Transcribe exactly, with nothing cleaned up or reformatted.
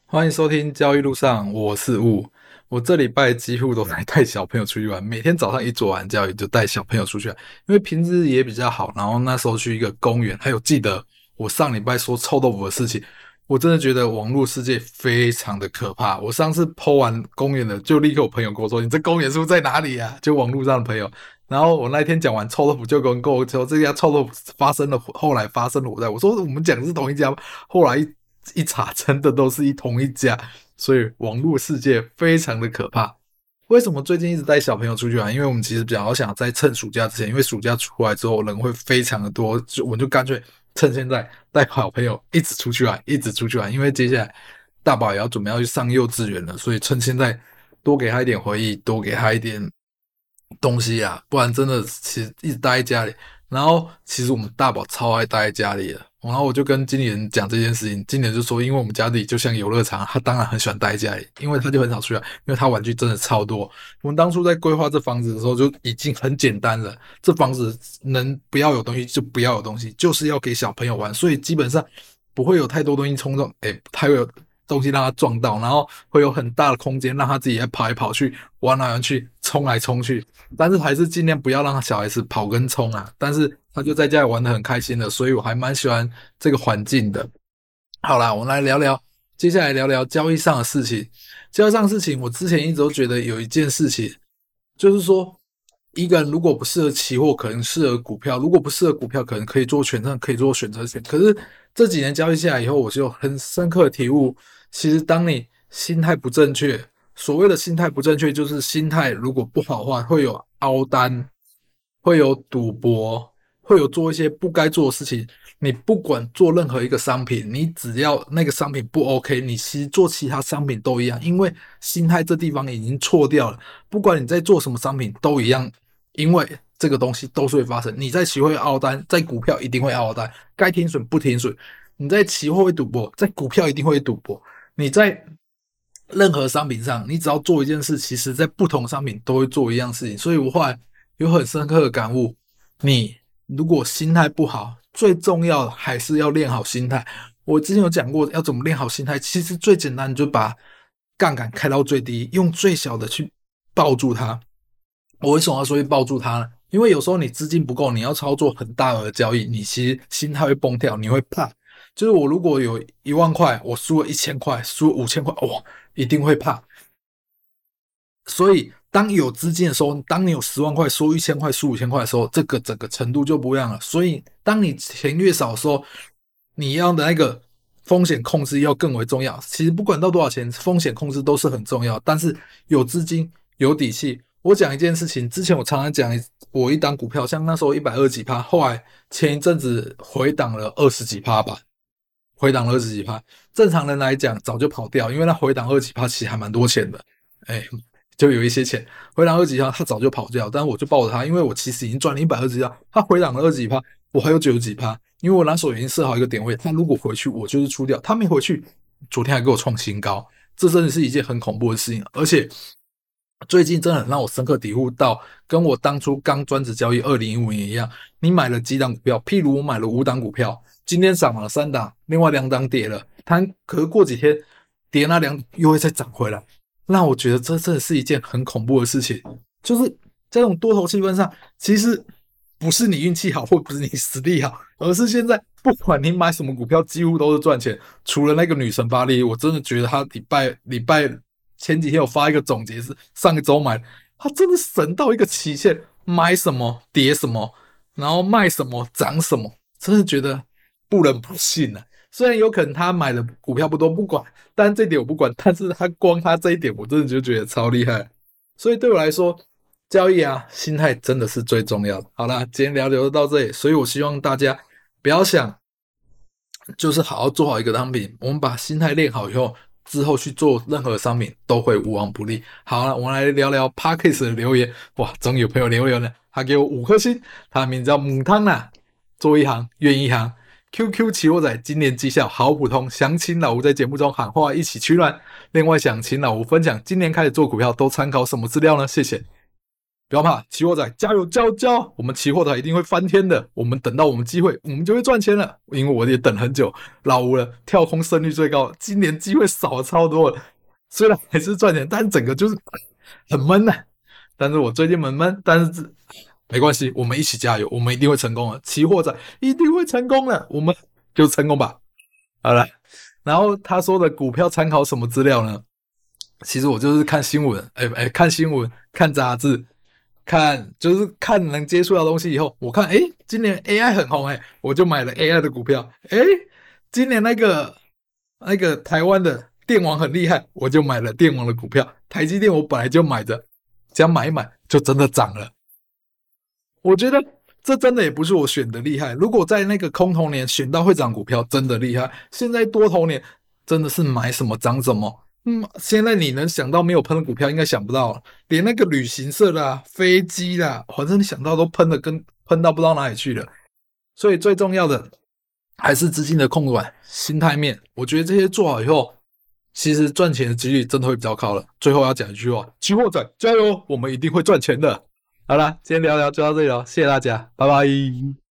欢迎收听交易路上，我是雾。我这礼拜几乎都在带小朋友出去玩，每天早上一做完交易就带小朋友出去玩，因为平日也比较好。然后那时候去一个公园，还有记得我上礼拜说臭豆腐的事情，我真的觉得网络世界非常的可怕。我上次 po 完公园的，就立刻有朋友跟我说：“你这公园是不是在哪里啊？”就网络上的朋友。然后我那天讲完臭豆腐，就跟跟我说这家臭豆腐发生了，后来发生了火灾。我说我们讲的是同一家吗？后来一一查，真的都是一同一家。所以网络世界非常的可怕。为什么最近一直带小朋友出去玩？因为我们其实比较想在趁暑假之前，因为暑假出来之后人会非常的多，就我们就干脆趁现在带小朋友一直出去玩，一直出去玩。因为接下来大宝也要准备要去上幼稚园了，所以趁现在多给他一点回忆，多给他一点东西啊，不然真的其实一直待在家里。然后其实我们大宝超爱待在家里的，然后我就跟经理人讲这件事情，经理人就说，因为我们家里就像游乐场，他当然很喜欢待在家里，因为他就很少出来，因为他玩具真的超多。我们当初在规划这房子的时候就已经很简单了，这房子能不要有东西就不要有东西，就是要给小朋友玩，所以基本上不会有太多东西冲撞，诶，他会有东西让他撞到，然后会有很大的空间让他自己在跑来跑去，玩来玩去，冲来冲去。但是还是尽量不要让小孩子跑跟冲啊。但是他就在家里玩得很开心的，所以我还蛮喜欢这个环境的。好啦，我们来聊聊，接下来聊聊交易上的事情。交易上的事情，我之前一直都觉得有一件事情，就是说，一个人如果不适合期货，可能适合股票；如果不适合股票，可能可以做权证，可以做选择权。可是这几年交易下来以后，我就很深刻的体悟，其实当你心态不正确，所谓的心态不正确，就是心态如果不好的话，会有凹单，会有赌博，会有做一些不该做的事情。你不管做任何一个商品，你只要那个商品不 OK，你其实做其他商品都一样，因为心态这地方已经错掉了。不管你在做什么商品都一样，因为这个东西都是会发生。你在期货会凹单，在股票一定会凹单，该停损不停损。你在期货会赌博，在股票一定会赌博。你在任何商品上，你只要做一件事，其实在不同商品都会做一样事情。所以我后来有很深刻的感悟：你如果心态不好，最重要的还是要练好心态。我之前有讲过要怎么练好心态，其实最简单，你就把杠杆开到最低，用最小的去抱住它。我为什么要说去抱住它呢？因为有时候你资金不够，你要操作很大额的交易，你其实心态会崩掉，你会怕。就是我如果有一万块，我输了一千块，输五千块，哇，一定会怕。所以，当有资金的时候，当你有十万块输一千块、输五千块的时候，这个整个程度就不一样了。所以，当你钱越少的时候，你要的那个风险控制要更为重要。其实不管到多少钱，风险控制都是很重要。但是有资金、有底气。我讲一件事情，之前我常常讲，我一档股票，像那时候一百二十几趴，后来前一阵子回档了二十几趴吧，回档了二十几趴。正常人来讲早就跑掉，因为那回档二十几趴其实还蛮多钱的，哎，就有一些钱。回档二十几趴他早就跑掉，但是我就抱着他，因为我其实已经赚了一百二十几趴，他回档了二十几趴，我还有九十几趴，因为我那时候已经设好一个点位，他如果回去我就是出掉，他没回去，昨天还给我创新高，这真的是一件很恐怖的事情。而且最近真的很让我深刻体悟到，跟我当初刚专职交易二零一五年一样，你买了几档股票，譬如我买了五档股票，今天涨了三档，另外两档跌了，它可是过几天跌那两又会再涨回来，那我觉得这真的是一件很恐怖的事情。就是这种多头气氛上，其实不是你运气好或不是你实力好，而是现在不管你买什么股票，几乎都是赚钱。除了那个女神巴黎，我真的觉得她礼拜礼拜前几天有发一个总结，是上一周买，她真的神到一个期限，买什么跌什么，然后卖什么涨什么，真的觉得不能不信啊。虽然有可能他买的股票不多，不管，但这点我不管。但是他光他这一点，我真的就觉得超厉害。所以对我来说，交易啊，心态真的是最重要的。好啦，今天聊聊到这里，所以我希望大家不要想，就是好好做好一个商品，我们把心态练好以后，之后去做任何商品都会无往不利。好了，我们来聊聊 Parkes 的留言。哇，终于有朋友留言了，他给我五颗星，他的名字叫母汤啊，做一行怨一行。Q Q 期货仔今年绩效好普通，想请老吴在节目中喊话一起取暖。另外想请老吴分享今年开始做股票都参考什么资料呢？谢谢。 不要怕，期货仔加油加油加油！我们期货仔一定会翻天的。我们等到我们机会，我们就会赚钱了。因为我也等很久，老吴了，跳空胜率最高，今年机会少了超多了。虽然还是赚钱，但整个就是很闷呐、啊。但是我最近很闷，但是没关系，我们一起加油，我们一定会成功的。期货仔一定会成功的，我们就成功吧。好了，然后他说的股票参考什么资料呢？其实我就是看新闻，哎、欸、哎、欸，看新闻，看杂志。看就是看能接触到东西以后，我看哎，今年 A I 很红哎，我就买了 A I 的股票。哎，今年那个那个台湾的电网很厉害，我就买了电网的股票。台积电我本来就买着，这样买一买就真的涨了。我觉得这真的也不是我选的厉害，如果在那个空头年选到会涨股票，真的厉害。现在多头年真的是买什么涨什么。嗯，现在你能想到没有喷的股票，应该想不到了，连那个旅行社啦、飞机啦，反正你想到都喷的跟喷到不知道哪里去了。所以最重要的还是资金的控管、心态面。我觉得这些做好以后，其实赚钱的几率真的会比较高了。最后要讲一句话：期货仔加油，我们一定会赚钱的。好啦，今天聊聊就到这里了，谢谢大家，拜拜。